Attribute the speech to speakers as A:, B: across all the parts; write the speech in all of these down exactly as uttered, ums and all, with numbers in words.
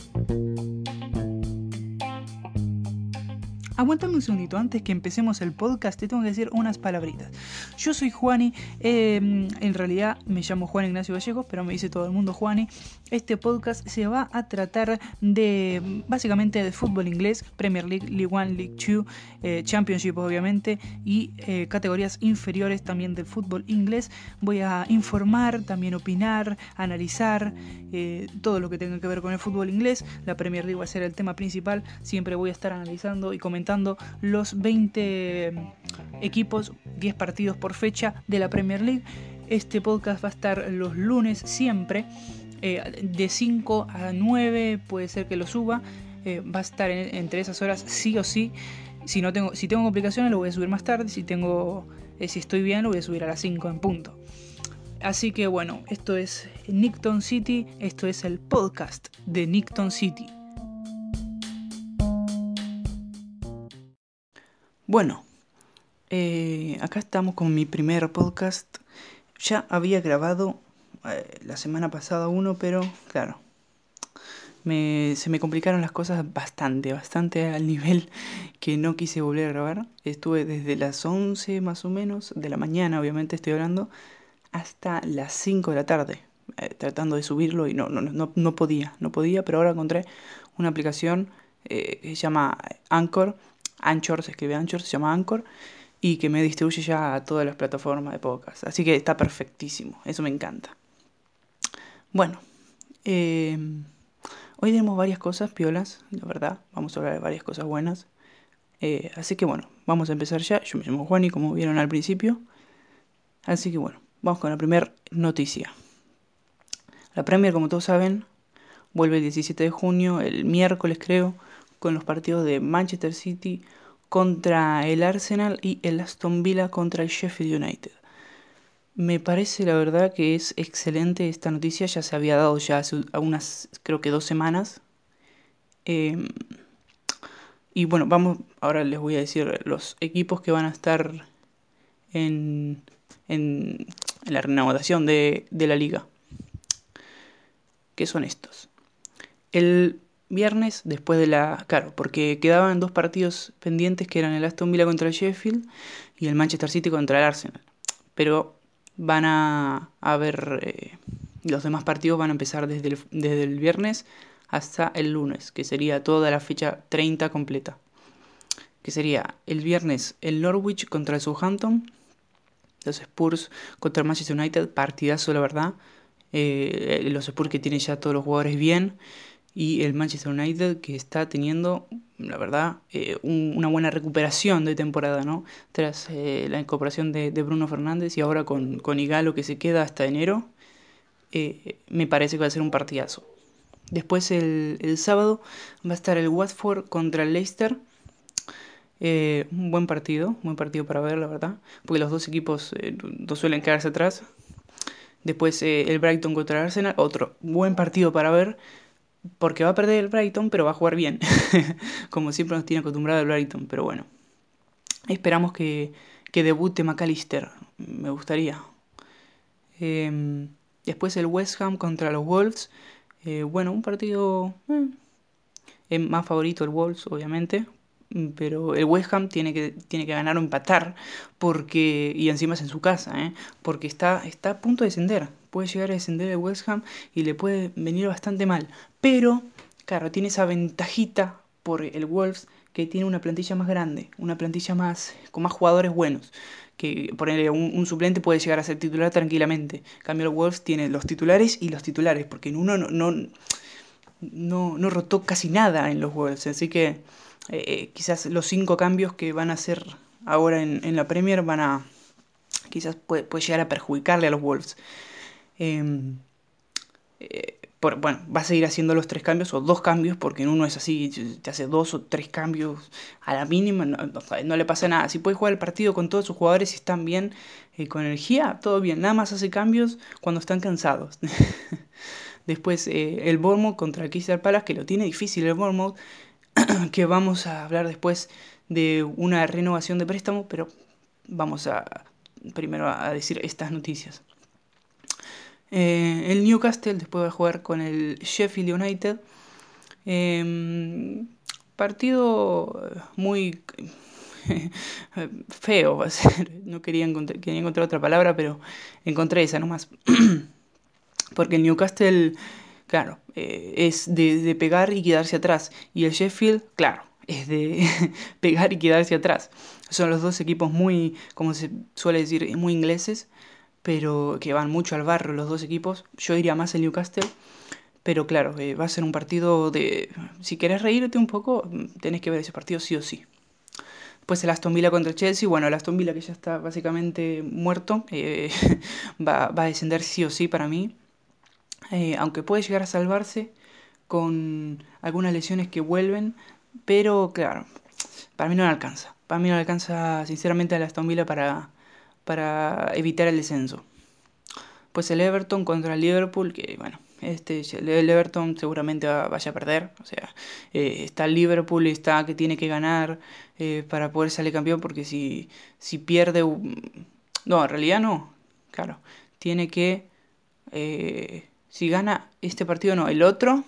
A: Aguántame un segundito, antes que empecemos el podcast te tengo que decir unas palabritas. Yo soy Juani, eh, en realidad me llamo Juan Ignacio Gallegos, pero me dice todo el mundo Juani. Este podcast se va a tratar de, básicamente, de fútbol inglés, Premier League, League One, League Two, eh, Championship obviamente, y eh, categorías inferiores también del fútbol inglés. Voy a informar, también opinar, analizar, eh, todo lo que tenga que ver con el fútbol inglés. La Premier League va a ser el tema principal, siempre voy a estar analizando y comentando los veinte equipos, diez partidos por fecha de la Premier League. Este podcast va a estar los lunes siempre, eh, de cinco a nueve puede ser que lo suba, eh, va a estar en, entre esas horas sí o sí. Si, no tengo, si tengo complicaciones lo voy a subir más tarde, si, tengo, eh, si estoy bien lo voy a subir a las cinco en punto. Así que bueno, esto es Nickton City, esto es el podcast de Nickton City. Bueno, eh, acá estamos con mi primer podcast. Ya había grabado eh, la semana pasada uno, pero claro, me, se me complicaron las cosas bastante, bastante al nivel que no quise volver a grabar. Estuve desde las once más o menos de la mañana, obviamente estoy hablando, hasta las cinco de la tarde, eh, tratando de subirlo y no, no, no, no podía, no podía, pero ahora encontré una aplicación eh, que se llama Anchor. Anchor, se escribe Anchor, se llama Anchor, y que me distribuye ya a todas las plataformas de podcast. Así que está perfectísimo, eso me encanta. Bueno, eh, hoy tenemos varias cosas piolas, la verdad. Vamos a hablar de varias cosas buenas. Eh, así que bueno, vamos a empezar ya. Yo me llamo Juani, como vieron al principio. Así que bueno, vamos con la primera noticia. La Premier, como todos saben, vuelve el diecisiete de junio, el miércoles creo, con los partidos de Manchester City contra el Arsenal y el Aston Villa contra el Sheffield United. Me parece la verdad que es excelente esta noticia, ya se había dado ya hace unas, creo que dos semanas. Eh, y bueno, vamos, ahora les voy a decir los equipos que van a estar en, en, en la renovación de, de la liga. ¿Qué son estos? El viernes, después de la... Claro, porque quedaban dos partidos pendientes que eran el Aston Villa contra el Sheffield y el Manchester City contra el Arsenal. Pero van a haber... Eh, los demás partidos van a empezar desde el, desde el viernes hasta el lunes, que sería toda la fecha treinta completa. Que sería el viernes el Norwich contra el Southampton, los Spurs contra el Manchester United, partidazo la verdad. Eh, los Spurs que tienen ya todos los jugadores bien, y el Manchester United que está teniendo, la verdad, eh, un, una buena recuperación de temporada, ¿no? Tras eh, la incorporación de, de Bruno Fernández y ahora con, con Igalo que se queda hasta enero, eh, me parece que va a ser un partidazo. Después el, el sábado va a estar el Watford contra el Leicester. Eh, un buen partido, un buen partido para ver, la verdad, porque los dos equipos eh, no suelen quedarse atrás. Después eh, el Brighton contra el Arsenal, otro buen partido para ver, porque va a perder el Brighton, pero va a jugar bien. Como siempre nos tiene acostumbrado el Brighton, pero bueno. Esperamos que, que debute McAllister, me gustaría. Eh, después el West Ham contra los Wolves. Eh, bueno, un partido... Eh, es más favorito el Wolves, obviamente. Pero el West Ham tiene que, tiene que ganar o empatar, porque y encima es en su casa, ¿eh? Porque está, está a punto de descender. Puede llegar a descender el West Ham y le puede venir bastante mal. Pero, claro, tiene esa ventajita por el Wolves, que tiene una plantilla más grande, una plantilla más con más jugadores buenos. Que ponerle un, un suplente puede llegar a ser titular tranquilamente. En cambio, el Wolves tiene los titulares y los titulares, porque en uno no, no, no, no rotó casi nada en los Wolves. Así que eh, quizás los cinco cambios que van a hacer ahora en, en la Premier van a... quizás puede, puede llegar a perjudicarle a los Wolves. Eh, eh, por, bueno, va a seguir haciendo los tres cambios o dos cambios, porque en uno es así, te hace dos o tres cambios a la mínima, no, no, no le pasa nada. Si puede jugar el partido con todos sus jugadores y están bien, eh, con energía, todo bien. Nada más hace cambios cuando están cansados. Después eh, el Bournemouth contra el Crystal Palace, que lo tiene difícil el Bournemouth, que vamos a hablar después de una renovación de préstamo, pero vamos a primero a decir estas noticias. Eh, el Newcastle después va a jugar con el Sheffield United. Eh, partido muy feo va a ser. No quería encontrar, quería encontrar otra palabra, pero encontré esa nomás. Porque el Newcastle, claro, eh, es de, de pegar y quedarse atrás. Y el Sheffield, claro, es de pegar y quedarse atrás. Son los dos equipos muy, como se suele decir, muy ingleses, pero que van mucho al barro los dos equipos. Yo iría más el Newcastle, pero claro, eh, va a ser un partido de... Si querés reírte un poco, tenés que ver ese partido sí o sí. Pues el Aston Villa contra el Chelsea, bueno, el Aston Villa que ya está básicamente muerto, eh, va, va a descender sí o sí para mí. Eh, aunque puede llegar a salvarse con algunas lesiones que vuelven, pero claro, para mí no le alcanza. Para mí no le alcanza sinceramente a la Aston Villa para, para evitar el descenso. Pues el Everton contra el Liverpool, que bueno, este, el Everton seguramente va, vaya a perder. O sea, eh, está el Liverpool, está que tiene que ganar eh, para poder salir campeón, porque si, si pierde... No, en realidad no. Claro, tiene que... Eh, si gana este partido, no, el otro,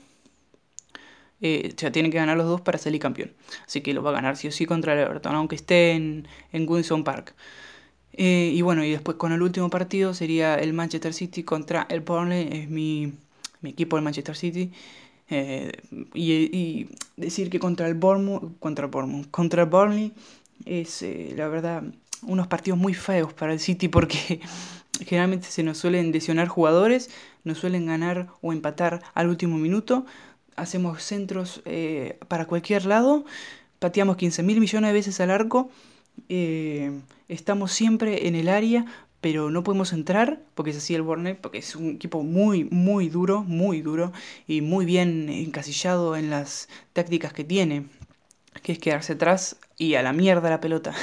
A: eh, o sea, tiene que ganar los dos para salir campeón. Así que lo va a ganar sí o sí contra el Everton, aunque esté en, en Goodison Park. Eh, y bueno, y después con el último partido sería el Manchester City contra el Burnley, es mi, mi equipo el Manchester City. Eh, y, y, decir que contra el Bournemouth, contra el Bournemouth, contra el Burnley es eh, la verdad unos partidos muy feos para el City porque generalmente se nos suelen lesionar jugadores, nos suelen ganar o empatar al último minuto, hacemos centros eh, para cualquier lado, pateamos quince mil millones de veces al arco, eh, estamos siempre en el área, pero no podemos entrar, porque es así el Bournemouth, porque es un equipo muy, muy duro, muy duro, y muy bien encasillado en las tácticas que tiene, que es quedarse atrás y a la mierda la pelota.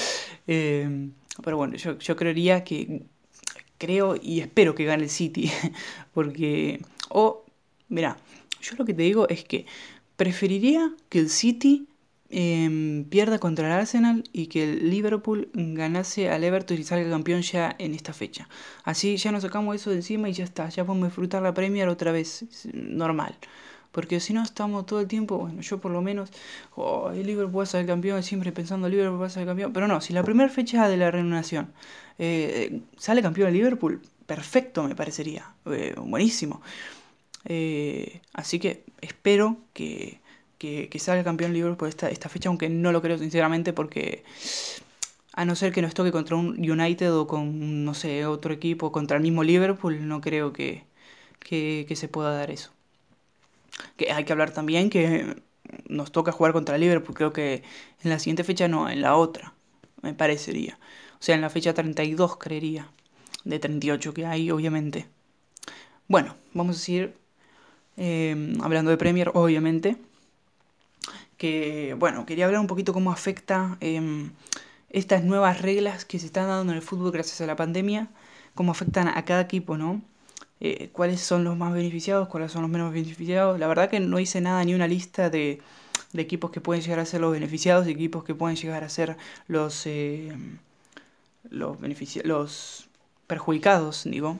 A: eh, pero bueno, yo, yo creería que, creo y espero que gane el City, porque, o, mira, yo lo que te digo es que preferiría que el City eh, pierda contra el Arsenal y que el Liverpool ganase al Everton y salga campeón ya en esta fecha. Así ya nos sacamos eso de encima y ya está, ya podemos disfrutar la Premier otra vez, normal. Porque si no estamos todo el tiempo, bueno, yo por lo menos, oh, el Liverpool va a ser campeón, siempre pensando el Liverpool va a ser campeón. Pero no, si la primera fecha de la reanudación eh, sale campeón el Liverpool, perfecto me parecería, eh, buenísimo. Eh, así que espero que, que, que salga campeón Liverpool esta, esta fecha, aunque no lo creo sinceramente porque a no ser que nos toque contra un United o con, no sé, otro equipo, contra el mismo Liverpool, no creo que, que, que se pueda dar eso. Que hay que hablar también que nos toca jugar contra el Liverpool, creo que en la siguiente fecha no, en la otra, me parecería. O sea, en la fecha treinta y dos creería, de treinta y ocho que hay, obviamente. Bueno, vamos a seguir eh, hablando de Premier, obviamente. Que, bueno, quería hablar un poquito cómo afecta eh, estas nuevas reglas que se están dando en el fútbol gracias a la pandemia, cómo afectan a cada equipo, ¿no? Eh, cuáles son los más beneficiados, cuáles son los menos beneficiados. La verdad que no hice nada, ni una lista de, de equipos que pueden llegar a ser los beneficiados y equipos que pueden llegar a ser los, eh, los, beneficia los perjudicados, digo.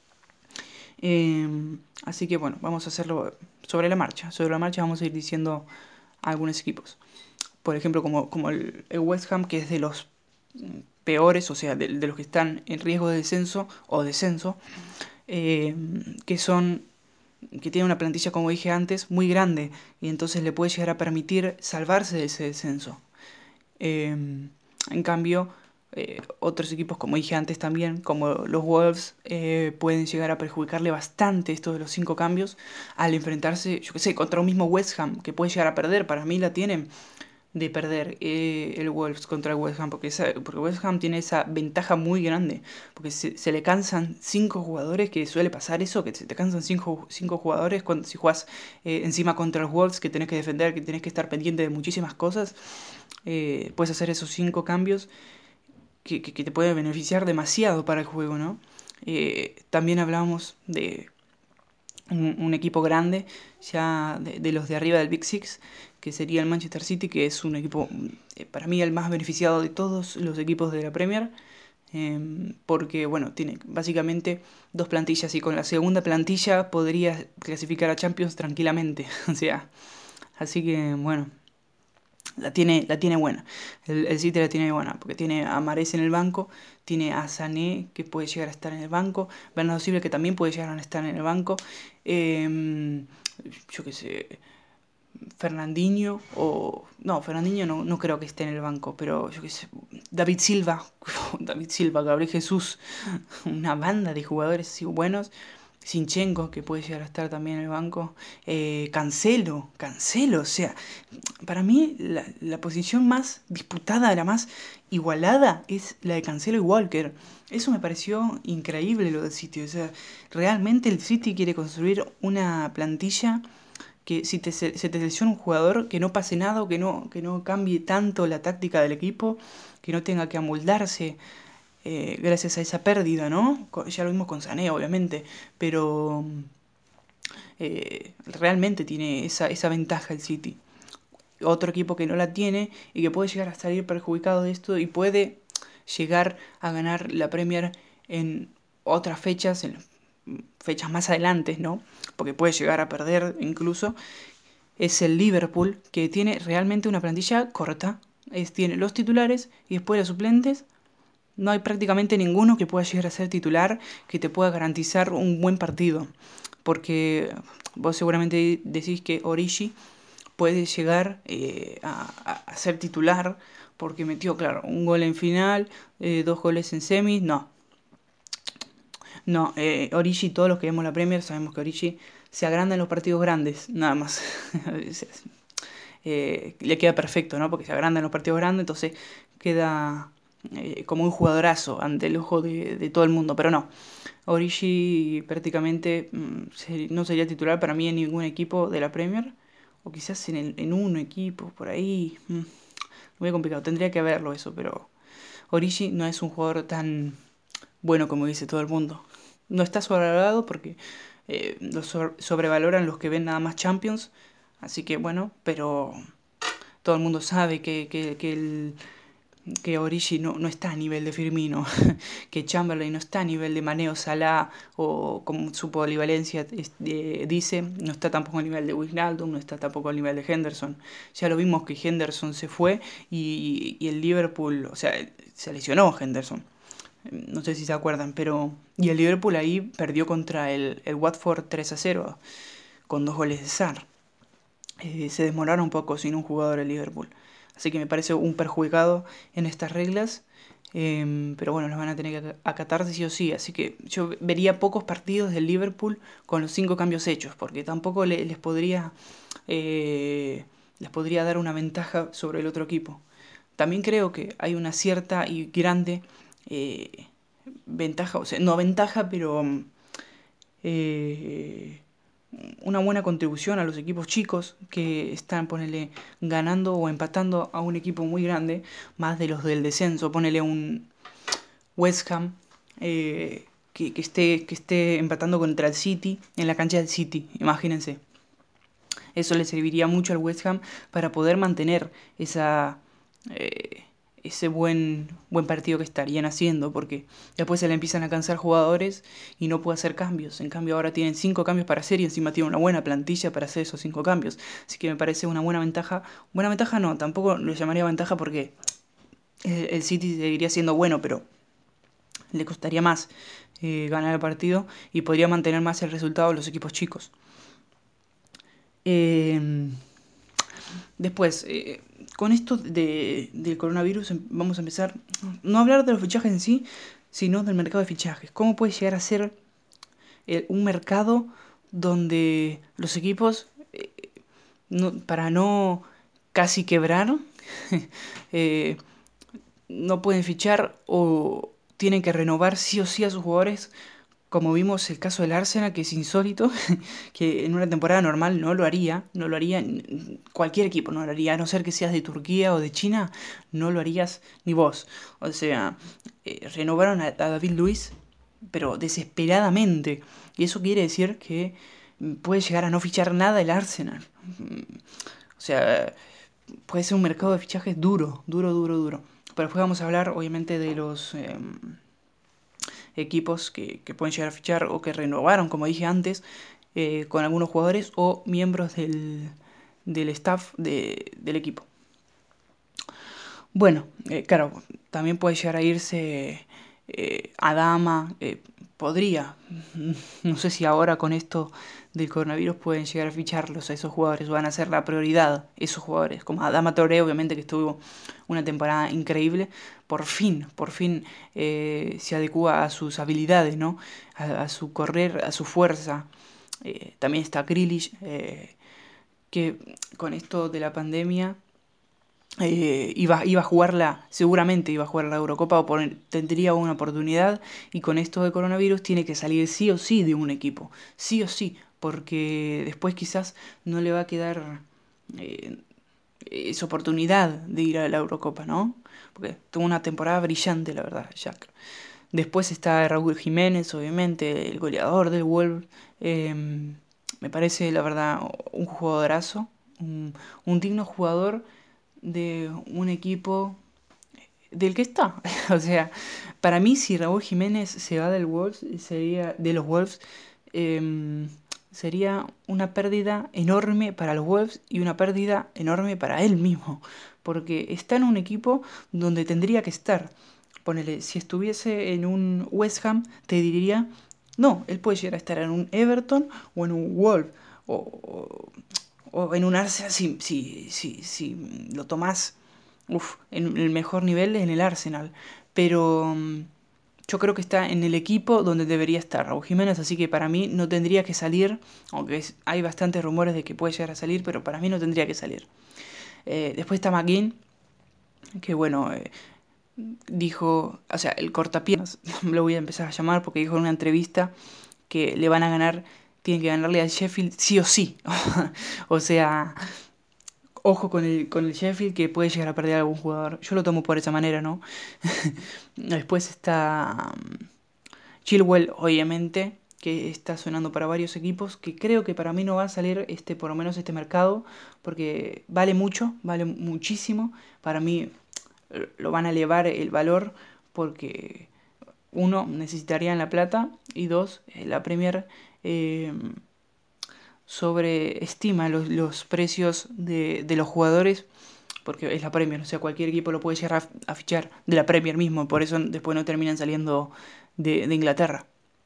A: Eh, así que bueno, vamos a hacerlo sobre la marcha. Sobre la marcha vamos a ir diciendo algunos equipos. Por ejemplo, como, como el, el West Ham, que es de los peores, o sea, de, de los que están en riesgo de descenso o descenso, eh, que son que tiene una plantilla, como dije antes, muy grande y entonces le puede llegar a permitir salvarse de ese descenso. Eh, en cambio, eh, otros equipos, como dije antes también, como los Wolves, eh, pueden llegar a perjudicarle bastante esto de los cinco cambios al enfrentarse, yo qué sé, contra un mismo West Ham, que puede llegar a perder. Para mí la tienen de perder eh, el Wolves contra el West Ham, porque, esa, porque West Ham tiene esa ventaja muy grande, porque se, se le cansan cinco jugadores, que suele pasar eso, que se te cansan cinco, cinco jugadores cuando si juegas eh, encima contra los Wolves, que tenés que defender, que tenés que estar pendiente de muchísimas cosas, eh, puedes hacer esos cinco cambios que, que, que, te pueden beneficiar demasiado para el juego, ¿no? Eh, también hablamos de un, un equipo grande, ya de, de los de arriba del Big Six, que sería el Manchester City, que es un equipo, eh, para mí, el más beneficiado de todos los equipos de la Premier. Eh, porque, bueno, tiene básicamente dos plantillas y con la segunda plantilla podría clasificar a Champions tranquilamente. O sea, así que, bueno, la tiene, la tiene buena. El, el City la tiene buena porque tiene a Mahrez en el banco, tiene a Sané que puede llegar a estar en el banco, Bernardo Silva que también puede llegar a estar en el banco. Eh, yo qué sé, Fernandinho o... No, Fernandinho no, no creo que esté en el banco, pero yo qué sé, David Silva, David Silva, Gabriel Jesús, una banda de jugadores así buenos. Sinchenko, que puede llegar a estar también en el banco. Eh, Cancelo, Cancelo, o sea, para mí la, la posición más disputada, la más igualada, es la de Cancelo y Walker. Eso me pareció increíble lo del City. O sea, realmente el City quiere construir una plantilla que si te, se, se te lesiona un jugador, que no pase nada, o que no, que no cambie tanto la táctica del equipo, que no tenga que amoldarse eh, gracias a esa pérdida, ¿no? Ya lo vimos con Sané, obviamente, pero eh, realmente tiene esa, esa ventaja el City. Otro equipo que no la tiene y que puede llegar a salir perjudicado de esto y puede llegar a ganar la Premier en otras fechas, en fechas más adelante, ¿no? Porque puede llegar a perder incluso, es el Liverpool, que tiene realmente una plantilla corta. Es, tiene los titulares y después los suplentes. No hay prácticamente ninguno que pueda llegar a ser titular que te pueda garantizar un buen partido. Porque vos seguramente decís que Origi puede llegar eh, a, a, ser titular porque metió, claro, un gol en final, eh, dos goles en semis. No, no, eh, Origi, todos los que vemos la Premier sabemos que Origi se agranda en los partidos grandes, nada más. eh, le queda perfecto, ¿no? Porque se agranda en los partidos grandes, entonces queda eh, como un jugadorazo ante el ojo de, de todo el mundo, pero no. Origi prácticamente mmm, se, no sería titular para mí en ningún equipo de la Premier, o quizás en, el, en un equipo, por ahí. Mmm, muy complicado, tendría que verlo eso, pero Origi no es un jugador tan bueno como dice todo el mundo. No está sobrevalorado porque eh, lo sobrevaloran los que ven nada más Champions, así que bueno, pero todo el mundo sabe que, que, que, el, que Origi no, no está a nivel de Firmino, que Chamberlain no está a nivel de Mané o Salah, o como su polivalencia eh, dice, no está tampoco a nivel de Wijnaldum, no está tampoco a nivel de Henderson. Ya lo vimos que Henderson se fue y, y el Liverpool, o sea, se lesionó Henderson. No sé si se acuerdan, pero... Y el Liverpool ahí perdió contra el, el Watford tres a cero, con dos goles de Sarr. Eh, se demoraron un poco sin un jugador el Liverpool. Así que me parece un perjudicado en estas reglas. Eh, pero bueno, los van a tener que acatar sí o sí. Así que yo vería pocos partidos del Liverpool con los cinco cambios hechos. Porque tampoco le, les podría... Eh, les podría dar una ventaja sobre el otro equipo. También creo que hay una cierta y grande eh, ventaja, o sea, no ventaja, pero eh, una buena contribución a los equipos chicos que están, ponele, ganando o empatando a un equipo muy grande, más de los del descenso, ponele un West Ham eh, que, que, esté, que esté empatando contra el City en la cancha del City, imagínense. Eso le serviría mucho al West Ham para poder mantener esa... Eh, ese buen, buen partido que estarían haciendo, porque después se le empiezan a cansar jugadores y no puede hacer cambios. En cambio ahora tienen cinco cambios para hacer y encima tienen una buena plantilla para hacer esos cinco cambios. Así que me parece una buena ventaja. Buena ventaja no, tampoco lo llamaría ventaja porque el, el City seguiría siendo bueno, pero le costaría más eh, ganar el partido y podría mantener más el resultado de los equipos chicos. Eh, después, eh, con esto de, del coronavirus vamos a empezar, no a hablar de los fichajes en sí, sino del mercado de fichajes. ¿Cómo puede llegar a ser eh, un mercado donde los equipos, eh, no, para no casi quebrar, eh, no pueden fichar o tienen que renovar sí o sí a sus jugadores? Como vimos el caso del Arsenal, que es insólito, que en una temporada normal no lo haría, no lo haría cualquier equipo, no lo haría, a no ser que seas de Turquía o de China, no lo harías ni vos. O sea, eh, renovaron a, a David Luiz, pero desesperadamente. Y eso quiere decir que puede llegar a no fichar nada el Arsenal. O sea, puede ser un mercado de fichajes duro, duro, duro, duro. Pero después vamos a hablar, obviamente, de los eh, equipos que, que pueden llegar a fichar o que renovaron, como dije antes, eh, con algunos jugadores o miembros del, del staff de, del equipo. Bueno, eh, claro, también puede llegar a irse eh, Adama, eh, podría, no sé si ahora con esto del coronavirus pueden llegar a ficharlos a esos jugadores, van a ser la prioridad esos jugadores, como Adama Traoré, obviamente que estuvo una temporada increíble, por fin, por fin eh, se adecua a sus habilidades, ¿no? A, a su correr, a su fuerza. Eh, también está Grealish, eh, que con esto de la pandemia eh, iba, iba a jugarla, seguramente iba a jugar la Eurocopa o por- tendría una oportunidad y con esto de coronavirus tiene que salir sí o sí de un equipo, sí o sí, porque después quizás no le va a quedar eh, esa oportunidad de ir a la Eurocopa, ¿no? Porque tuvo una temporada brillante, la verdad, Jack. Después está Raúl Jiménez, obviamente, el goleador del Wolves. Eh, me parece, la verdad, un jugadorazo, un, un digno jugador de un equipo del que está. O sea, para mí si Raúl Jiménez se va del Wolves, sería de los Wolves, eh, sería una pérdida enorme para los Wolves y una pérdida enorme para él mismo, porque está en un equipo donde tendría que estar. Ponele, si estuviese en un West Ham, te diría, no, él puede llegar a estar en un Everton o en un Wolves o, o, o en un Arsenal si, si, si, si lo tomás uf, en el mejor nivel en el Arsenal. Pero mm, yo creo que está en el equipo donde debería estar Raúl Jiménez, así que para mí no tendría que salir, aunque es- hay bastantes rumores de que puede llegar a salir, pero para mí no tendría que salir. Eh, después está McGinn, que bueno, eh, dijo, o sea, el cortapiernas, lo voy a empezar a llamar porque dijo en una entrevista que le van a ganar, tienen que ganarle al Sheffield sí o sí. O sea, ojo con el, con el Sheffield que puede llegar a perder a algún jugador. Yo lo tomo por esa manera, ¿no? Después está um, Chilwell, obviamente, que está sonando para varios equipos, que creo que para mí no va a salir este, por lo menos este mercado, porque vale mucho, vale muchísimo. Para mí lo van a elevar el valor porque uno, necesitarían la plata y dos, la Premier eh, sobreestima los, los precios de, de los jugadores porque es la Premier, o sea, cualquier equipo lo puede llegar a, a fichar de la Premier mismo, por eso después no terminan saliendo de, de Inglaterra.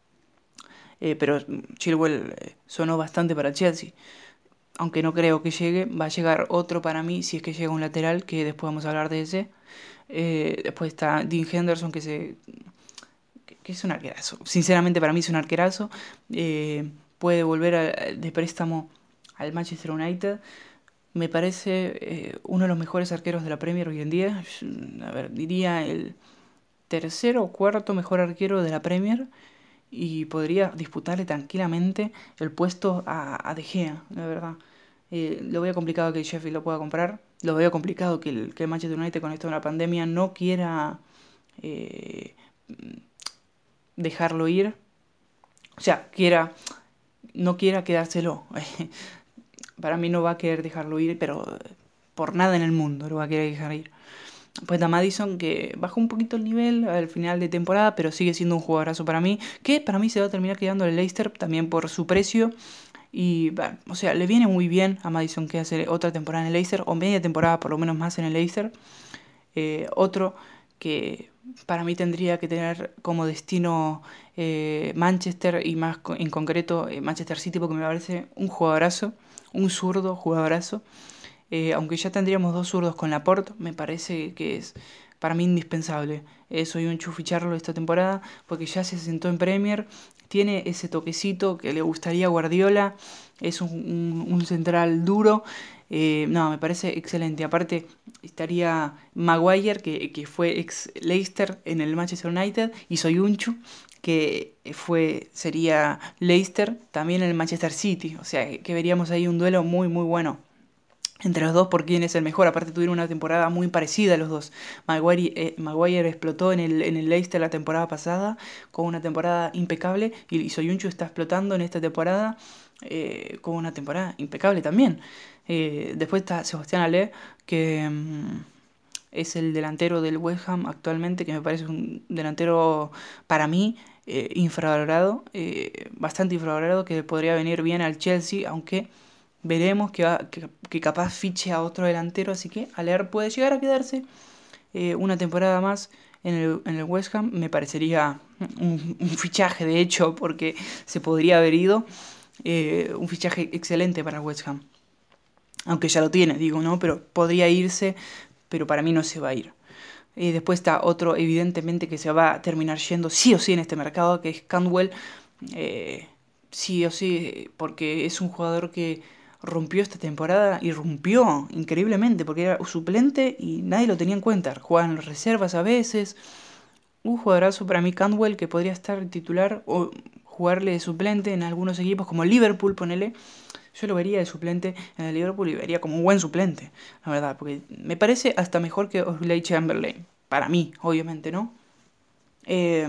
A: Eh, pero Chilwell eh, sonó bastante para Chelsea, aunque no creo que llegue, va a llegar otro para mí si es que llega un lateral, que después vamos a hablar de ese. Eh, después está Dean Henderson, que, se, que, que es un arquerazo, sinceramente para mí es un arquerazo. Eh, puede volver a, de préstamo al Manchester United. Me parece eh, uno de los mejores arqueros de la Premier hoy en día. A ver, diría el tercero o cuarto mejor arquero de la Premier. Y podría disputarle tranquilamente el puesto a, a De Gea, la verdad. Eh, lo veo complicado que el Sheffield lo pueda comprar. Lo veo complicado que el, que el Manchester United con esto de la pandemia no quiera eh, dejarlo ir. O sea, quiera, no quiera quedárselo. Para mí no va a querer dejarlo ir, pero por nada en el mundo lo va a querer dejar ir. Pues está Maddison, que bajó un poquito el nivel al final de temporada, pero sigue siendo un jugadorazo para mí, que para mí se va a terminar quedando el Leicester también por su precio. Y, bueno, o sea, le viene muy bien a Maddison que hace otra temporada en el Leicester, o media temporada por lo menos más en el Leicester. Eh, otro que para mí tendría que tener como destino eh, Manchester y más en concreto eh, Manchester City, porque me parece un jugadorazo, un zurdo jugadorazo. Eh, aunque ya tendríamos dos zurdos con Laporte, me parece que es para mí indispensable. Eh, soy un chuficharlo esta temporada porque ya se sentó en Premier, tiene ese toquecito que le gustaría a Guardiola, es un, un- un central duro. Eh, no, me parece excelente. Aparte estaría Maguire, que, que fue ex Leicester en el Manchester United, y Soyuncu, que fue, sería Leicester también en el Manchester City. O sea, que veríamos ahí un duelo muy, muy bueno entre los dos por quién es el mejor. Aparte tuvieron una temporada muy parecida los dos. Maguire, eh, Maguire explotó en el, en el Leicester la temporada pasada con una temporada impecable y, y Soyuncu está explotando en esta temporada eh, con una temporada impecable también. Eh, después está Sebastián Haller que... mm, es el delantero del West Ham actualmente, que me parece un delantero para mí eh, infravalorado, eh, bastante infravalorado, que podría venir bien al Chelsea, aunque veremos que, va, que, que capaz fiche a otro delantero, así que Haller puede llegar a quedarse eh, una temporada más en el, en el West Ham. Me parecería un, un fichaje, de hecho, porque se podría haber ido. Eh, un fichaje excelente para el West Ham. Aunque ya lo tiene, digo, ¿no? Pero podría irse, pero para mí no se va a ir. Y después está otro, evidentemente, que se va a terminar yendo sí o sí en este mercado, que es Cantwell. Eh, sí o sí, porque es un jugador que rompió esta temporada y rompió increíblemente, porque era suplente y nadie lo tenía en cuenta. Jugaba en las reservas a veces. Un jugadorazo para mí, Cantwell, que podría estar titular o jugarle de suplente en algunos equipos como Liverpool, ponele. Yo lo vería de suplente en el Liverpool y vería como un buen suplente, la verdad, porque me parece hasta mejor que Oxlade Chamberlain. Para mí, obviamente, ¿no? Eh,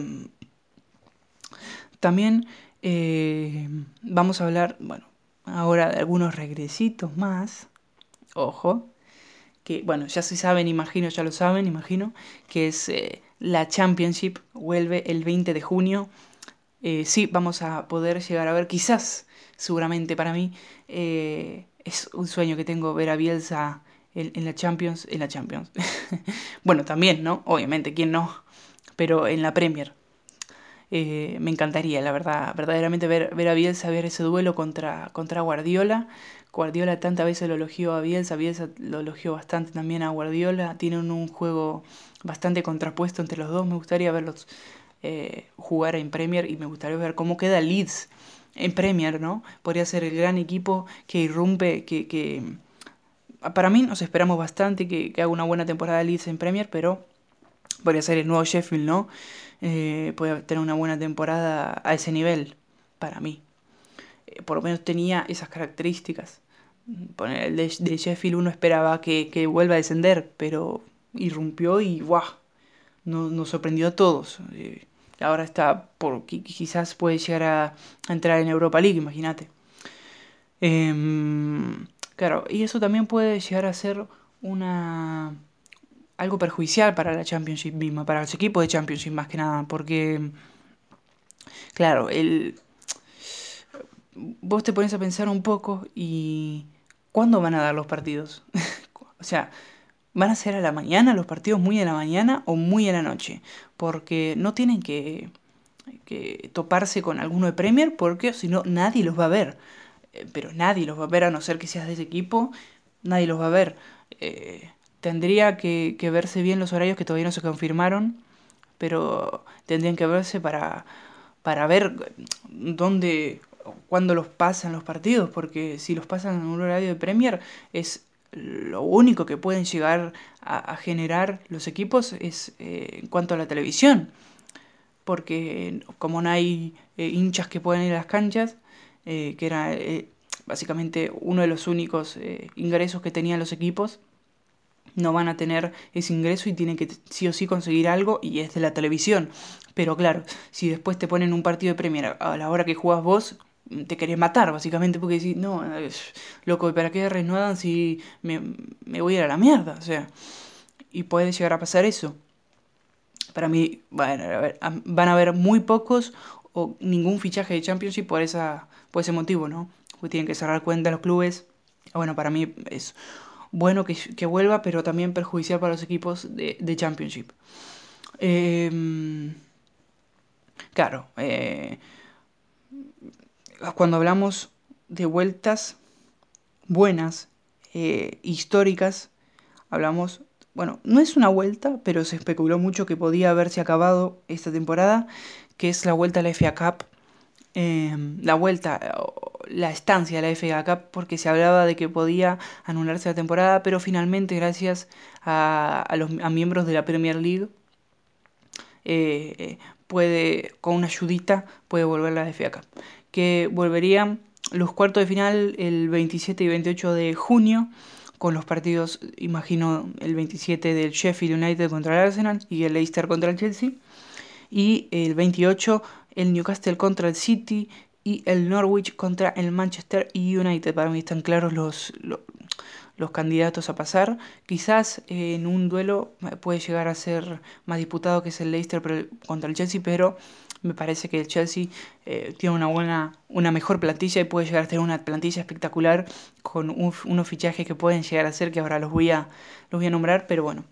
A: también eh, vamos a hablar, bueno, ahora de algunos regresitos más. Ojo, que bueno, ya se saben, imagino, ya lo saben, imagino, que es eh, la Championship, vuelve el veinte de junio. Eh, sí, vamos a poder llegar a ver, quizás, seguramente para mí, eh, es un sueño que tengo ver a Bielsa en, en la Champions, en la Champions. Bueno, también, ¿no? Obviamente, ¿quién no? Pero en la Premier. Eh, me encantaría, la verdad, verdaderamente ver, ver a Bielsa, ver ese duelo contra, contra Guardiola. Guardiola tantas veces lo elogió a Bielsa, Bielsa lo elogió bastante también a Guardiola. Tienen un juego bastante contrapuesto entre los dos. Me gustaría verlos eh, jugar en Premier y me gustaría ver cómo queda Leeds en Premier, ¿no? Podría ser el gran equipo que irrumpe, que, que para mí nos esperamos bastante que, que haga una buena temporada Leeds en Premier, pero podría ser el nuevo Sheffield, ¿no? Eh, puede tener una buena temporada a ese nivel, para mí. Eh, por lo menos tenía esas características. Poner el de, de Sheffield uno esperaba que, que vuelva a descender, pero irrumpió y ¡guau! Nos, nos sorprendió a todos. Eh, ahora está, por, quizás puede llegar a, a entrar en Europa League, imagínate. Eh, claro, y eso también puede llegar a ser una algo perjudicial para la Championship misma, para los equipos de Championship más que nada, porque, claro, el, vos te pones a pensar un poco y ¿cuándo van a dar los partidos? O sea, ¿van a ser a la mañana los partidos muy a la mañana o muy a la noche? Porque no tienen que, que toparse con alguno de Premier porque si no nadie los va a ver. Eh, pero nadie los va a ver a no ser que seas de ese equipo, nadie los va a ver. Eh, tendría que, que verse bien los horarios que todavía no se confirmaron, pero tendrían que verse para, para ver dónde, cuándo los pasan los partidos, porque si los pasan en un horario de Premier es lo único que pueden llegar a, a generar los equipos es eh, en cuanto a la televisión, porque como no hay eh, hinchas que puedan ir a las canchas, eh, que era eh, básicamente uno de los únicos eh, ingresos que tenían los equipos, no van a tener ese ingreso y tienen que sí o sí conseguir algo y es de la televisión. Pero claro, si después te ponen un partido de Premier a la hora que jugás vos, te querés matar básicamente porque decís, no, loco, ¿para qué reanudan si me, me voy a ir a la mierda? O sea, y puede llegar a pasar eso. Para mí, bueno, a ver, van a haber muy pocos o ningún fichaje de Championship por, esa, por ese motivo, ¿no? Porque tienen que cerrar cuenta los clubes. Bueno, para mí es bueno que, que vuelva, pero también perjudicial para los equipos de, de Championship. Eh, claro, eh, cuando hablamos de vueltas buenas, eh, históricas, hablamos, bueno, no es una vuelta, pero se especuló mucho que podía haberse acabado esta temporada, que es la vuelta a la F A Cup. Eh, la vuelta, la estancia de la F A Cup, porque se hablaba de que podía anularse la temporada, pero finalmente, gracias a, a los a miembros de la Premier League, eh, puede, con una ayudita, puede volver la F A Cup. Que volverían los cuartos de final el veintisiete y veintiocho de junio, con los partidos, imagino, el veintisiete del Sheffield United contra el Arsenal y el Leicester contra el Chelsea. Y el veintiocho el Newcastle contra el City y el Norwich contra el Manchester United. Para mí están claros los, los, los candidatos a pasar. Quizás eh, en un duelo puede llegar a ser más disputado, que es el Leicester pero, contra el Chelsea, pero me parece que el Chelsea eh, tiene una buena, una mejor plantilla y puede llegar a tener una plantilla espectacular con un, unos fichajes que pueden llegar a ser, que ahora los voy a, los voy a nombrar, pero bueno.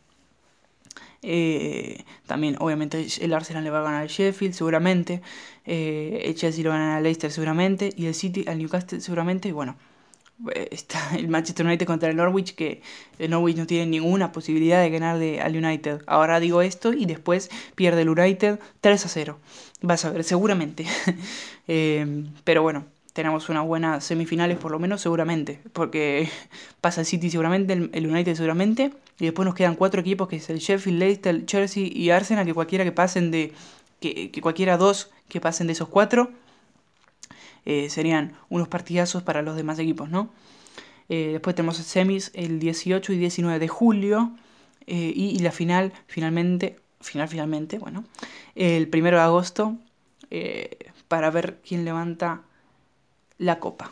A: Eh, también obviamente el Arsenal le va a ganar al Sheffield seguramente, eh, el Chelsea lo va a ganar al Leicester seguramente, y el City al Newcastle seguramente. Y bueno, eh, está el Manchester United contra el Norwich, que el Norwich no tiene ninguna posibilidad de ganar de, al United. Ahora digo esto y después pierde el United tres a cero, vas a ver, seguramente. eh, pero bueno, tenemos unas buenas semifinales por lo menos seguramente, porque pasa el City seguramente, el, el United seguramente, y después nos quedan cuatro equipos, que es el Sheffield, Leicester, el Chelsea y Arsenal, que cualquiera que pasen de, que, que cualquiera dos que pasen de esos cuatro, eh, serían unos partidazos para los demás equipos, ¿no? Eh, después tenemos semis el dieciocho y diecinueve de julio, eh, y, y la final, finalmente, final finalmente, bueno, el primero de agosto, eh, para ver quién levanta la copa.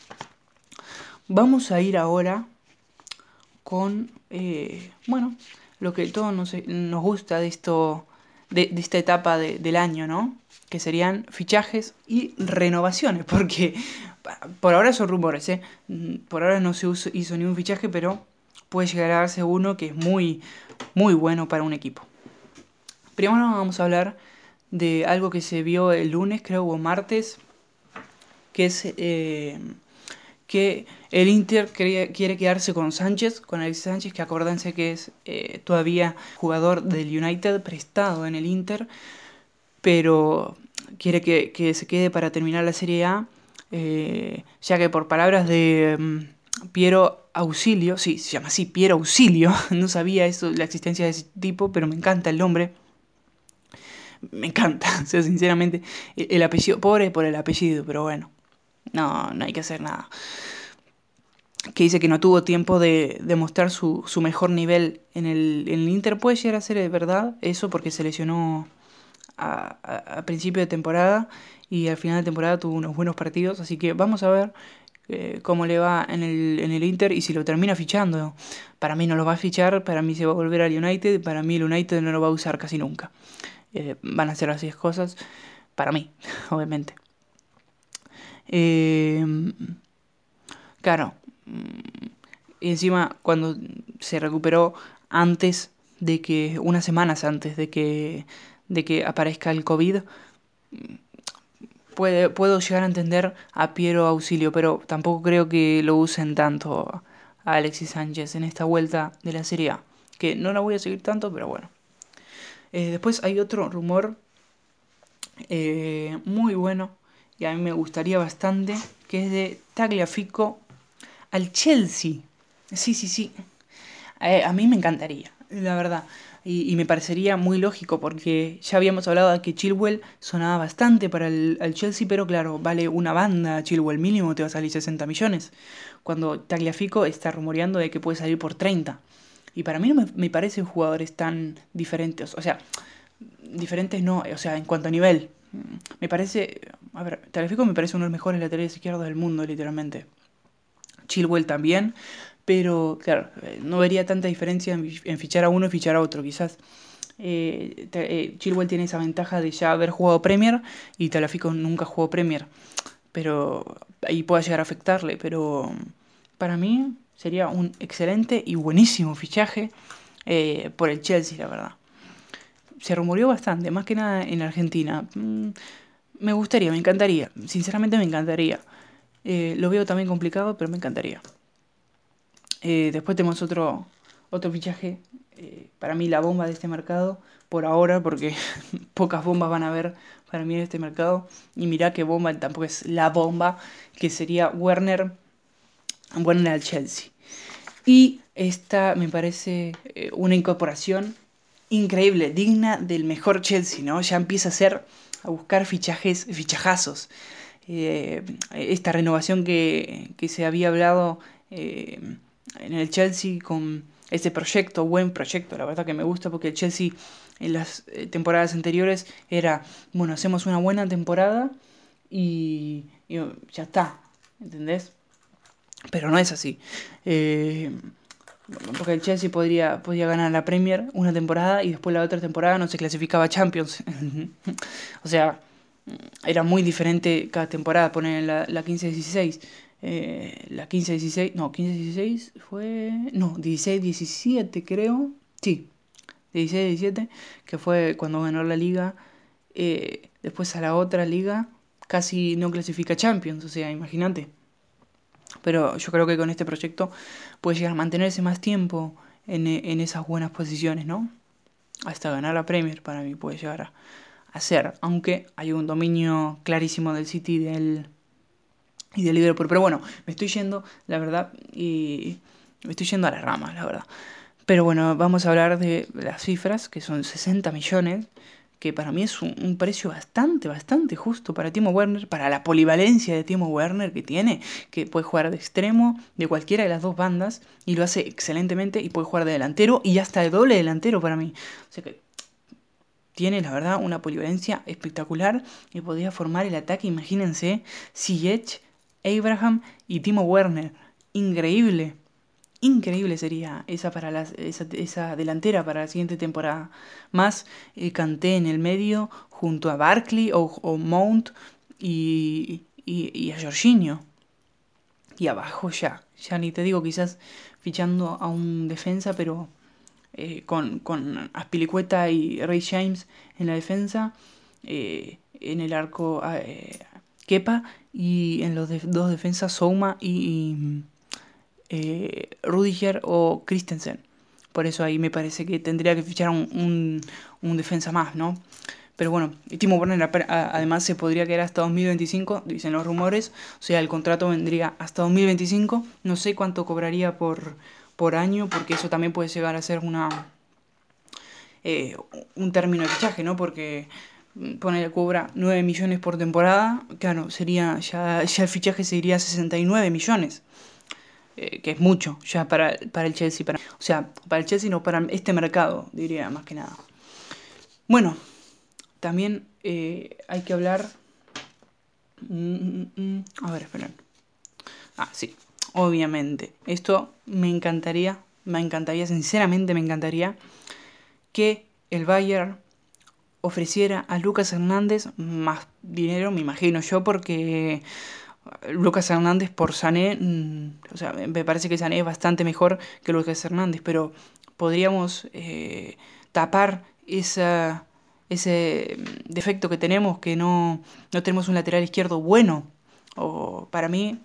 A: Vamos a ir ahora con, eh, bueno, lo que todos nos, nos gusta de esto, de, de esta etapa de, del año, ¿no? Que serían fichajes y renovaciones, porque por ahora son rumores, ¿eh? Por ahora no se hizo, hizo ningún fichaje, pero puede llegar a darse uno que es muy, muy bueno para un equipo. Primero vamos a hablar de algo que se vio el lunes, creo, o martes, que es eh, que el Inter quiere, quiere quedarse con Sánchez, con Alexis Sánchez, que acordanse que es eh, todavía jugador del United, prestado en el Inter, pero quiere que, que se quede para terminar la Serie A, eh, ya que por palabras de um, Piero Ausilio, sí, se llama así, Piero Ausilio, no sabía eso, la existencia de ese tipo, pero me encanta el nombre. Me encanta, o sea, sinceramente, el, el apellido, pobre por el apellido, pero bueno, no, no hay que hacer nada. Que dice que no tuvo tiempo de, de mostrar su, su mejor nivel en el, en el Inter. Puede llegar a ser verdad eso, porque se lesionó a, a, a principio de temporada y al final de temporada tuvo unos buenos partidos. Así que vamos a ver eh, cómo le va en el, en el Inter y si lo termina fichando. Para mí no lo va a fichar, para mí se va a volver al United, para mí el United no lo va a usar casi nunca. Eh, van a ser así cosas, para mí, obviamente. Eh, claro. Y encima, cuando se recuperó antes de que, unas semanas antes de que, de que aparezca el COVID, puede, puedo llegar a entender a Piero Ausilio, pero tampoco creo que lo usen tanto a Alexis Sánchez en esta vuelta de la Serie A. Que no la voy a seguir tanto, pero bueno. Eh, después hay otro rumor eh, muy bueno, y a mí me gustaría bastante, que es de Tagliafico al Chelsea. Sí, sí, sí. Eh, a mí me encantaría, la verdad. Y, y me parecería muy lógico, porque ya habíamos hablado de que Chilwell sonaba bastante para el, el Chelsea, pero claro, vale una banda Chilwell, mínimo te va a salir sesenta millones. Cuando Tagliafico está rumoreando de que puede salir por treinta. Y para mí no me, me parecen jugadores tan diferentes. O sea, diferentes no, o sea, en cuanto a nivel. Me parece, a ver, Tagliafico me parece uno de los mejores laterales izquierdos del mundo, literalmente. Chilwell también, pero claro, no vería tanta diferencia en, en fichar a uno y fichar a otro, quizás. Eh, eh, Chilwell tiene esa ventaja de ya haber jugado Premier y Tagliafico nunca jugó Premier, pero ahí puede llegar a afectarle, pero para mí sería un excelente y buenísimo fichaje eh, por el Chelsea, la verdad. Se rumoreó bastante, más que nada en Argentina. Mm, me gustaría, me encantaría, sinceramente me encantaría. Eh, lo veo también complicado, pero me encantaría. Eh, después tenemos otro, otro fichaje, eh, para mí la bomba de este mercado, por ahora, porque pocas bombas van a haber para mí en este mercado. Y mirá que bomba tampoco es la bomba, que sería Werner, Werner al Chelsea. Y esta me parece eh, una incorporación increíble, digna del mejor Chelsea, ¿no? Ya empieza a ser, a buscar fichajes, fichajazos. Eh, esta renovación que, que se había hablado eh, en el Chelsea con este proyecto, buen proyecto, la verdad que me gusta, porque el Chelsea en las eh, temporadas anteriores era, bueno, hacemos una buena temporada y, y ya está, ¿entendés? pero no es así. Eh, porque el Chelsea podría, podría ganar la Premier una temporada y después la otra temporada no se clasificaba a Champions. O sea, era muy diferente cada temporada, poner la, la quince dieciséis. Eh, la quince dieciséis, no, quince dieciséis fue... No, dieciséis diecisiete creo. Sí, dieciséis diecisiete, que fue cuando ganó la liga. Eh, después a la otra liga casi no clasifica Champions, o sea, imagínate. Pero yo creo que con este proyecto puede llegar a mantenerse más tiempo en, en esas buenas posiciones, ¿no? Hasta ganar la Premier para mí puede llegar a, a ser, aunque hay un dominio clarísimo del City y del, y del Liverpool. Pero bueno, me estoy yendo, la verdad, y me estoy yendo a las ramas, la verdad. Pero bueno, vamos a hablar de las cifras, que son sesenta millones, que para mí es un, un precio bastante, bastante justo para Timo Werner, para la polivalencia de Timo Werner que tiene, que puede jugar de extremo, de cualquiera de las dos bandas, y lo hace excelentemente, y puede jugar de delantero, y hasta de doble delantero para mí. O sea que tiene, la verdad, una polivalencia espectacular, y podría formar el ataque, imagínense, Ziyech, Abraham y Timo Werner. Increíble. Increíble sería esa para la, esa, esa delantera para la siguiente temporada. Más eh, Kanté en el medio junto a Barkley o, o Mount y, y, y a Jorginho. Y abajo ya, ya ni te digo, quizás fichando a un defensa, pero eh, con, con Aspilicueta y Ray James en la defensa. Eh, en el arco eh, Kepa y en los de, dos defensas Souma y, y eh, Rudiger o Christensen. Por eso ahí me parece que tendría que fichar un, un, un defensa más, ¿no? Pero bueno, Timo Werner además se podría quedar hasta dos mil veinticinco, dicen los rumores. O sea, el contrato vendría hasta dos mil veinticinco. No sé cuánto cobraría por, por año, porque eso también puede llegar a ser una eh, un término de fichaje, ¿no? Porque poner cobra nueve millones por temporada, claro, sería ya, ya el fichaje sería sesenta y nueve millones. Eh, que es mucho ya para, para el Chelsea. Para, o sea, para el Chelsea no, para este mercado, diría más que nada. Bueno, también eh, hay que hablar... Mm, mm, mm, a ver, esperen. Ah, sí, obviamente. Esto me encantaría, me encantaría, sinceramente me encantaría que el Bayern ofreciera a Lucas Hernández más dinero, me imagino yo, porque Lucas Hernández por Sané, mmm, o sea, me parece que Sané es bastante mejor que Lucas Hernández, pero podríamos eh, tapar esa, ese defecto que tenemos, que no, no tenemos un lateral izquierdo bueno. O para mí,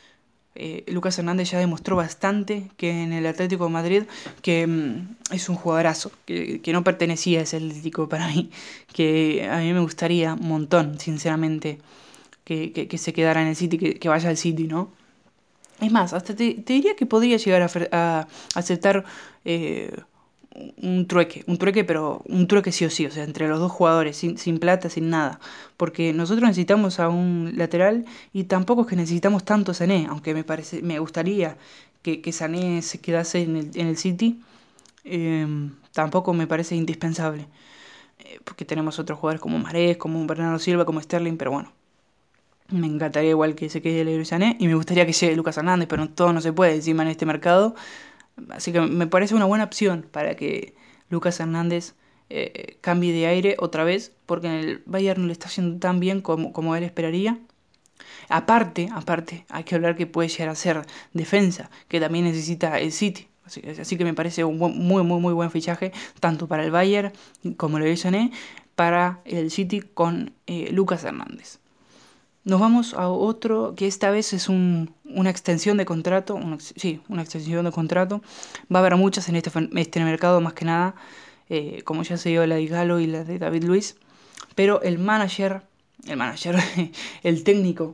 A: eh, Lucas Hernández ya demostró bastante que en el Atlético de Madrid que mm, es un jugadorazo, que, que no pertenecía a ese Atlético para mí, que a mí me gustaría un montón, sinceramente, que, que, que se quedara en el City, que, que vaya al City, ¿no? Es más, hasta te, te diría que podría llegar a, a aceptar eh, un trueque, un trueque, pero un trueque sí o sí, o sea, entre los dos jugadores, sin, sin plata, sin nada. Porque nosotros necesitamos a un lateral y tampoco es que necesitamos tanto Sané, aunque me parece, me gustaría que, que Sané se quedase en el, en el City, eh, tampoco me parece indispensable. Eh, porque tenemos otros jugadores como Marés, como Bernardo Silva, como Sterling, pero bueno. Me encantaría igual que se quede Leroy Sané y me gustaría que llegue Lucas Hernández, pero todo no se puede encima en este mercado. Así que me parece una buena opción para que Lucas Hernández eh, cambie de aire otra vez, porque en el Bayern no le está yendo tan bien como, como él esperaría. Aparte, aparte, hay que hablar que puede llegar a ser defensa, que también necesita el City. Así, así que me parece un buen, muy, muy, muy buen fichaje, tanto para el Bayern como Leroy Sané, para el City con eh, Lucas Hernández. Nos vamos a otro que esta vez es un, una extensión de contrato, una, sí, una extensión de contrato. Va a haber muchas en este, este mercado más que nada, eh, como ya se dio la de Galo y la de David Luiz. Pero el manager, el manager, el técnico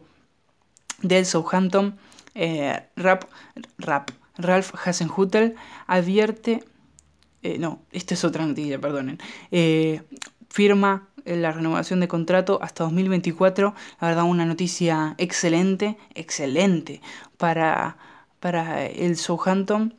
A: del Southampton, eh, Rap, Rap, Ralph Hasenhüttl, advierte, eh, no, esta es otra noticia, perdonen, eh, firma la renovación de contrato hasta dos mil veinticuatro. La verdad, una noticia excelente, excelente para, para el Southampton.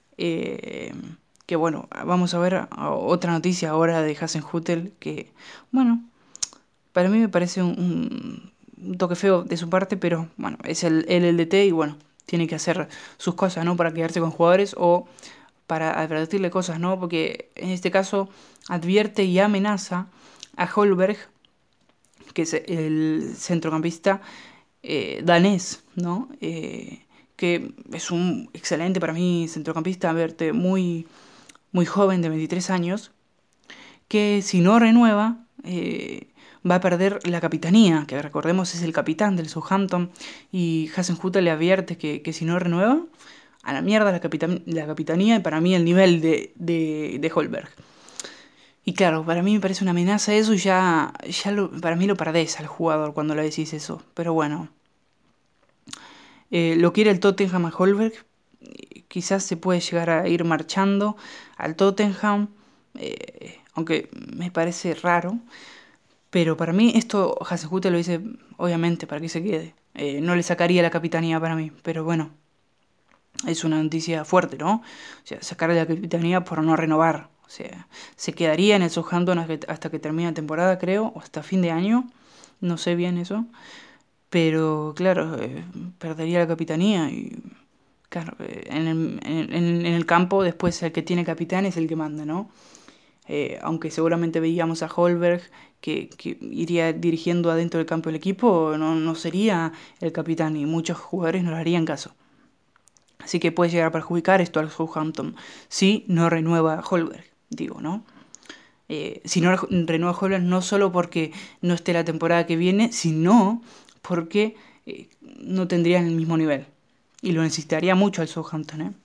A: Eh, que bueno, vamos a ver otra noticia ahora de Hasenhüttl que, bueno, para mí me parece un, un toque feo de su parte, pero bueno, es el, el L D T y bueno, tiene que hacer sus cosas, ¿no? Para quedarse con jugadores o para advertirle cosas, ¿no? Porque en este caso advierte y amenaza a Holberg, que es el centrocampista eh, danés, ¿no? Eh, que es un excelente para mí centrocampista, verte muy, muy joven, de veintitrés años, que si no renueva eh, va a perder la capitanía, que recordemos es el capitán del Southampton, y Hasenhüttl le advierte que, que si no renueva, a la mierda la, capitan la capitanía y para mí el nivel de, de, de Holberg. Y claro, para mí me parece una amenaza eso y ya, ya lo, para mí lo perdés al jugador cuando le decís eso. Pero bueno, eh, lo quiere el Tottenham a Holberg, quizás se puede llegar a ir marchando al Tottenham, eh, aunque me parece raro. Pero para mí esto Hasenhüttl lo dice obviamente para que se quede. Eh, no le sacaría la capitanía para mí, pero bueno, es una noticia fuerte, ¿no? O sea, sacarle la capitanía por no renovar. O sea, se quedaría en el Southampton hasta que termine la temporada, creo, o hasta fin de año. No sé bien eso. Pero claro, eh, perdería la capitanía y claro, eh, en, el, en, en, el campo después el que tiene capitán es el que manda, ¿no? Eh, aunque seguramente veíamos a Holberg que, que, iría dirigiendo adentro del campo del equipo, no, no sería el capitán y muchos jugadores no le harían caso. Así que puede llegar a perjudicar esto al Southampton si no renueva Holberg, digo, ¿no? Eh, si no renueva Holberg no solo porque no esté la temporada que viene, sino porque eh, no tendrían el mismo nivel. Y lo necesitaría mucho el Southampton, ¿eh?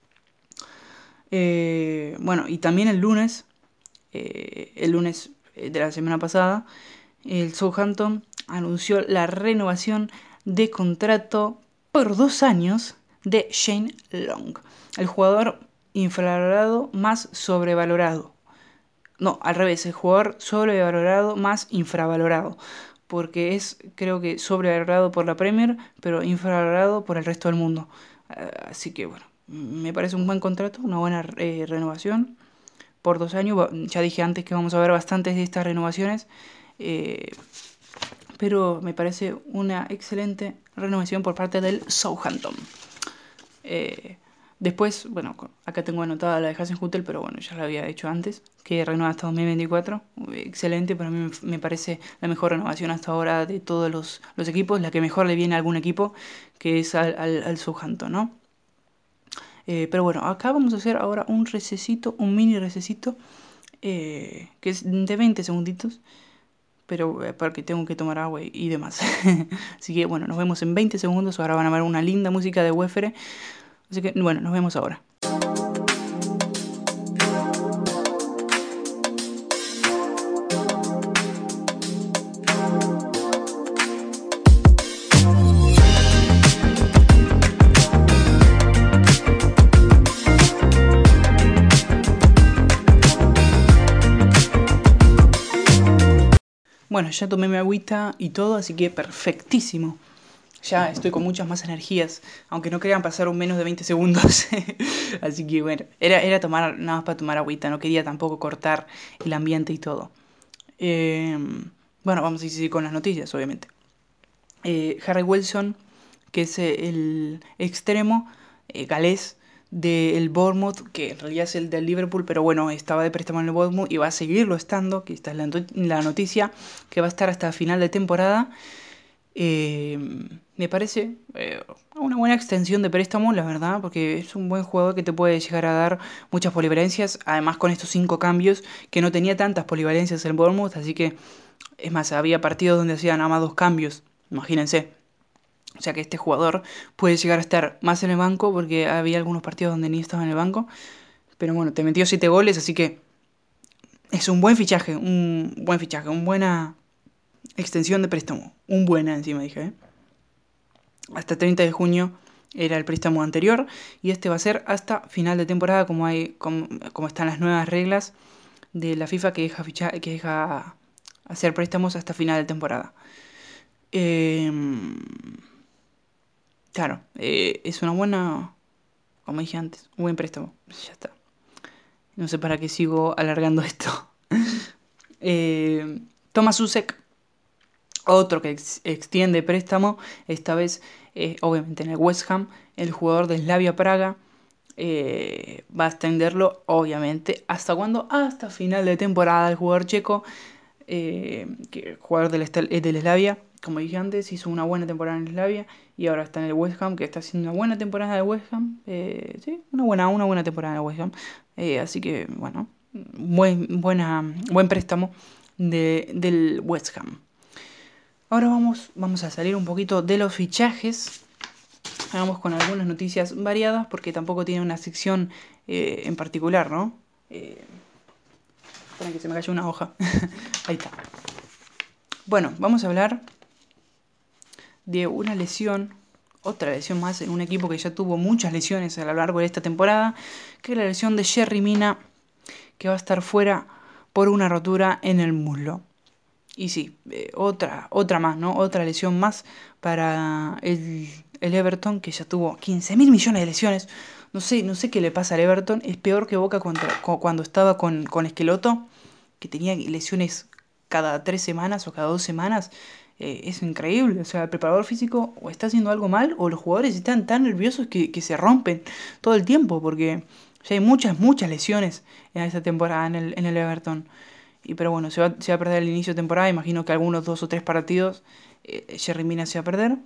A: Eh, bueno, y también el lunes, eh, el lunes de la semana pasada, el Southampton anunció la renovación de contrato por dos años de Shane Long, el jugador infravalorado más sobrevalorado. No, al revés, el jugador sobrevalorado más infravalorado. Porque es, creo que, sobrevalorado por la Premier, pero infravalorado por el resto del mundo. Así que, bueno, me parece un buen contrato, una buena eh, renovación por dos años. Ya dije antes que vamos a ver bastantes de estas renovaciones. Eh, pero me parece una excelente renovación por parte del Southampton. Eh, después, bueno, acá tengo anotada la de Hasenhüttl, pero bueno, ya la había hecho antes, que renueva hasta dos mil veinticuatro. Excelente, para mí me parece la mejor renovación hasta ahora de todos los, los equipos, la que mejor le viene a algún equipo, que es al, al, al Southampton, ¿no? Eh, pero bueno, acá vamos a hacer ahora un recesito, un mini recesito, eh, que es de veinte segunditos, pero eh, porque tengo que tomar agua y, y demás. Así que bueno, nos vemos en veinte segundos, ahora van a ver una linda música de Wefere. Así que bueno, nos vemos ahora. Bueno, ya tomé mi agüita y todo, así que perfectísimo. Ya estoy con muchas más energías, aunque no crean pasaron menos de veinte segundos. Así que bueno, era, era tomar nada más para tomar agüita, no quería tampoco cortar el ambiente y todo. Eh, bueno, vamos a seguir con las noticias, obviamente. Eh, Harry Wilson, que es el extremo eh, galés del Bournemouth, que en realidad es el del Liverpool, pero bueno, estaba de préstamo en el Bournemouth y va a seguirlo estando, que esta es la, la noticia, que va a estar hasta final de temporada. Eh, me parece eh, una buena extensión de préstamo, la verdad, porque es un buen jugador que te puede llegar a dar muchas polivalencias, además con estos cinco cambios, que no tenía tantas polivalencias el Bournemouth, así que, es más, había partidos donde hacían nada más dos cambios, imagínense. O sea que este jugador puede llegar a estar más en el banco, porque había algunos partidos donde ni estaba en el banco, pero bueno, te metió siete goles, así que es un buen fichaje, un buen fichaje, una buena extensión de préstamo, un buena encima dije, ¿eh? Hasta treinta de junio era el préstamo anterior y este va a ser hasta final de temporada como hay como, como están las nuevas reglas de la FIFA que deja ficha, que deja hacer préstamos hasta final de temporada. Eh, claro, eh, es una buena, como dije antes, un buen préstamo. Ya está. No sé para qué sigo alargando esto. eh, Thomas Susek, Otro que ex- extiende préstamo, esta vez eh, obviamente en el West Ham, el jugador de Slavia Praga. Eh, va a extenderlo obviamente. ¿Hasta cuándo? Hasta final de temporada. El jugador checo, eh, que jugador del, Estel- eh, del Slavia, como dije antes, hizo una buena temporada en Slavia y ahora está en el West Ham, que está haciendo una buena temporada de West Ham. Eh, sí, una buena, una buena temporada de West Ham. Eh, así que, bueno, buen, buena, buen préstamo de, del West Ham. Ahora vamos, vamos a salir un poquito de los fichajes. Vamos con algunas noticias variadas porque tampoco tiene una sección eh, en particular, ¿no? Eh, esperen que se me cayó una hoja. Ahí está. Bueno, vamos a hablar de una lesión, otra lesión más en un equipo que ya tuvo muchas lesiones a lo largo de esta temporada, que es la lesión de Yerry Mina, que va a estar fuera por una rotura en el muslo. Y sí, eh, otra, otra más, ¿no? Otra lesión más para el, el Everton, que ya tuvo quince mil millones de lesiones. No sé, no sé qué le pasa al Everton. Es peor que Boca contra, cu- cuando estaba con, con Esqueloto, que tenía lesiones cada tres semanas o cada dos semanas. Eh, es increíble. O sea, el preparador físico o está haciendo algo mal o los jugadores están tan nerviosos que, que se rompen todo el tiempo, porque ya hay muchas, muchas lesiones en esta temporada en el, en el Everton. Y pero bueno, se va, se va a perder el inicio de temporada. Imagino que algunos dos o tres partidos eh, Yerry Mina se va a perder.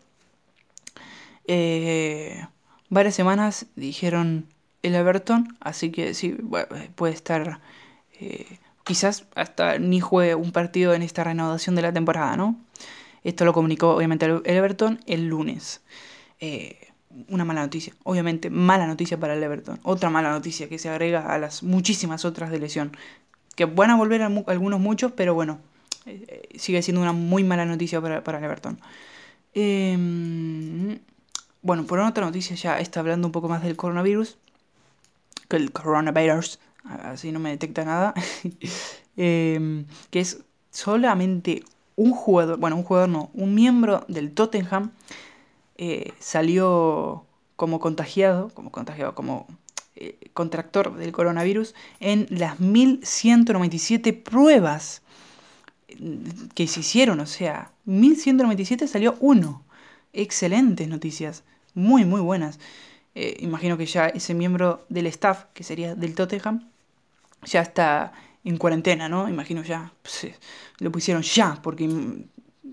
A: Eh, varias semanas dijeron el Everton. Así que sí, bueno, puede estar. eh, quizás hasta ni juegue un partido en esta renovación de la temporada, ¿no? Esto lo comunicó obviamente el el Everton el lunes. Eh, una mala noticia, obviamente mala noticia para el Everton. Otra mala noticia que se agrega a las muchísimas otras de lesión. Que van a volver a mu- algunos muchos, pero bueno, eh, eh, sigue siendo una muy mala noticia para, para el Everton. Eh, bueno, por otra noticia ya está hablando un poco más del coronavirus, que el coronavirus, así no me detecta nada, eh, que es solamente un jugador, bueno, un jugador no, un miembro del Tottenham eh, salió como contagiado, como contagiado, como eh, contractor del coronavirus en las mil ciento noventa y siete pruebas que se hicieron, o sea, mil ciento noventa y siete salió uno. Excelentes noticias, muy, muy buenas. Eh, imagino que ya ese miembro del staff, que sería del Tottenham, ya está en cuarentena, ¿no? Imagino ya, pues, lo pusieron ya, porque mm,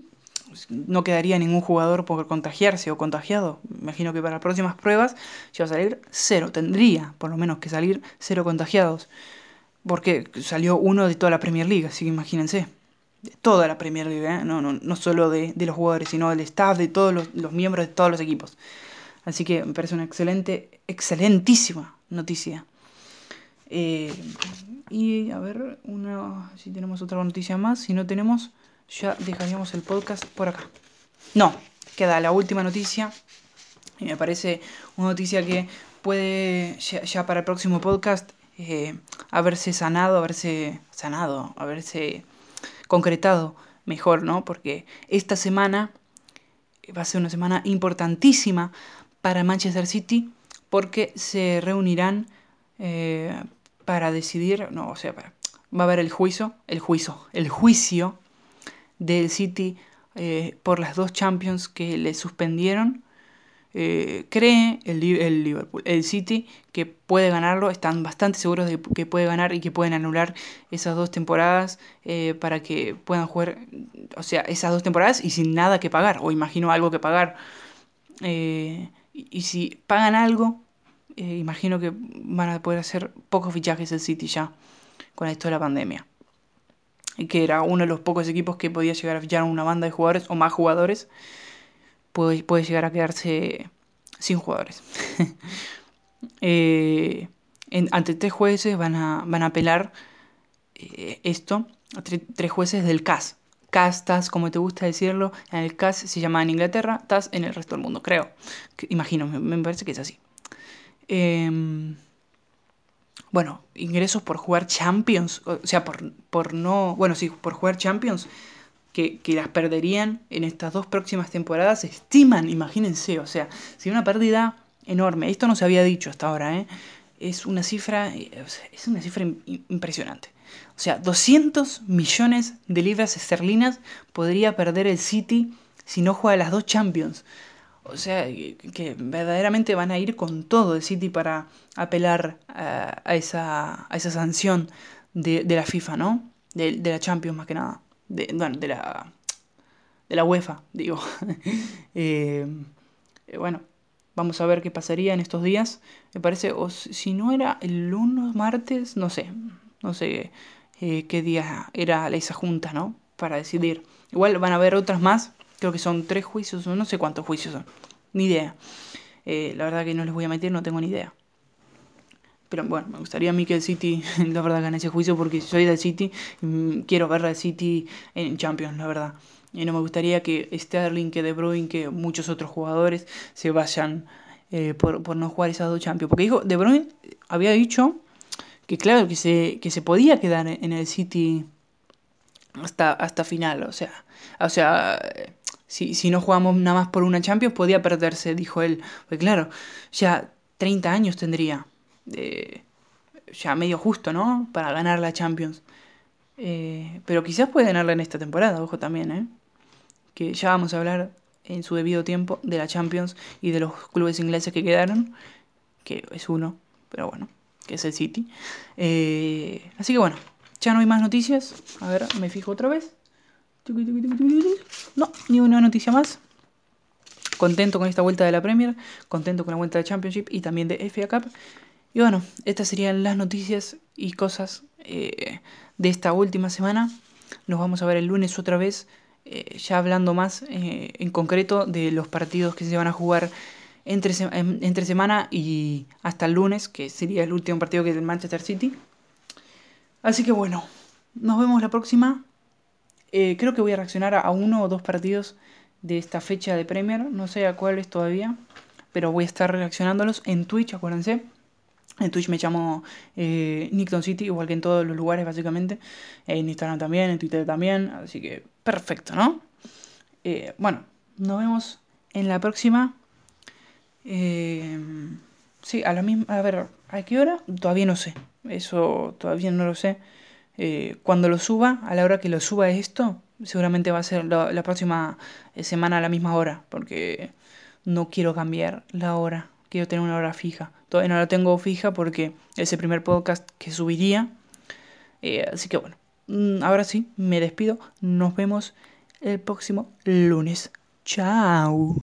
A: no quedaría ningún jugador por contagiarse o contagiado. Imagino que para las próximas pruebas ya va a salir cero, tendría por lo menos que salir cero contagiados, porque salió uno de toda la Premier League, así que imagínense de toda la Premier League, ¿eh? no, no, no solo de, de los jugadores, sino del staff, de todos los, los miembros de todos los equipos. Así que me parece una excelente, excelentísima noticia. Eh, y a ver, una, si tenemos otra noticia más, si no tenemos, ya dejaríamos el podcast por acá. No, queda la última noticia. Y me parece una noticia que puede ya, ya para el próximo podcast eh, haberse sanado, haberse sanado, haberse concretado mejor, ¿no? Porque esta semana va a ser una semana importantísima para Manchester City porque se reunirán eh, para decidir, no, o sea, para, va a haber el juicio, el juicio, el juicio del City eh, por las dos Champions que le suspendieron. Eh, cree el, el Liverpool, el City, que puede ganarlo, están bastante seguros de que puede ganar y que pueden anular esas dos temporadas eh, para que puedan jugar, o sea, esas dos temporadas y sin nada que pagar, o imagino algo que pagar. Eh, y, y si pagan algo, eh, imagino que van a poder hacer pocos fichajes el City ya con esto de la pandemia. Y que era uno de los pocos equipos que podía llegar a fichar una banda de jugadores o más jugadores, puede, puede llegar a quedarse sin jugadores. eh, en, ante tres jueces van a, van a apelar eh, esto, tre, tres jueces del C A S. C A S, T A S, como te gusta decirlo, en el C A S se llama en Inglaterra, T A S en el resto del mundo, creo. Que, imagino, me, me, parece que es así. Eh, bueno, ingresos por jugar Champions, o sea, por, por no, bueno, sí, por jugar Champions, que, que las perderían en estas dos próximas temporadas, se estiman, imagínense, o sea, si una pérdida enorme, esto no se había dicho hasta ahora, ¿eh? Es una cifra, es una cifra impresionante. O sea, doscientos millones de libras esterlinas podría perder el City si no juega las dos Champions. O sea, que, que verdaderamente van a ir con todo el City para apelar a, a esa, a esa sanción de, de la FIFA, ¿no? De, de la Champions más que nada. De, bueno, de la, de la UEFA, digo. eh, eh, bueno, vamos a ver qué pasaría en estos días. Me parece, o si no era el lunes, martes, no sé. No sé eh, qué día era esa junta, ¿no? Para decidir. Igual van a haber otras más. Creo que son tres juicios, o no sé cuántos juicios son. Ni idea. Eh, la verdad que no les voy a meter, no tengo ni idea. Pero bueno, me gustaría a mí que el City, la verdad, gane ese juicio porque soy del City. Y quiero ver al City en Champions, la verdad. Y no me gustaría que Sterling, que De Bruyne, que muchos otros jugadores se vayan eh, por, por no jugar esas dos Champions. Porque dijo, De Bruyne había dicho que claro, que se, que se podía quedar en el City hasta, hasta final. O sea, o sea si, si no jugamos nada más por una Champions, podía perderse, dijo él. Pues claro, ya treinta años tendría. Eh, ya medio justo, ¿no? Para ganar la Champions. Eh, pero quizás puede ganarla en esta temporada, ojo también, ¿eh? Que ya vamos a hablar en su debido tiempo de la Champions y de los clubes ingleses que quedaron, que es uno, pero bueno, que es el City. Eh, así que bueno, ya no hay más noticias. A ver, me fijo otra vez. No, ni una noticia más. Contento con esta vuelta de la Premier, contento con la vuelta de Championship y también de F A Cup. Y bueno, estas serían las noticias y cosas eh, de esta última semana. Nos vamos a ver el lunes otra vez, eh, ya hablando más eh, en concreto de los partidos que se van a jugar entre, se entre semana y hasta el lunes, que sería el último partido que es el Manchester City. Así que bueno, nos vemos la próxima. Eh, creo que voy a reaccionar a uno o dos partidos de esta fecha de Premier, no sé a cuáles todavía, pero voy a estar reaccionándolos en Twitch, acuérdense. En Twitch me llamo eh, Nickton City, igual que en todos los lugares básicamente. En Instagram también, en Twitter también, así que perfecto, ¿no? Eh, bueno, nos vemos en la próxima. Eh, sí, a la misma... A ver, ¿a qué hora? Todavía no sé. Eso todavía no lo sé. Eh, cuando lo suba, a la hora que lo suba esto, seguramente va a ser la, la próxima semana a la misma hora, porque no quiero cambiar la hora, quiero tener una hora fija. Todavía no la tengo fija porque es el primer podcast que subiría. Eh, así que bueno, mm, ahora sí, me despido. Nos vemos el próximo lunes. Chao.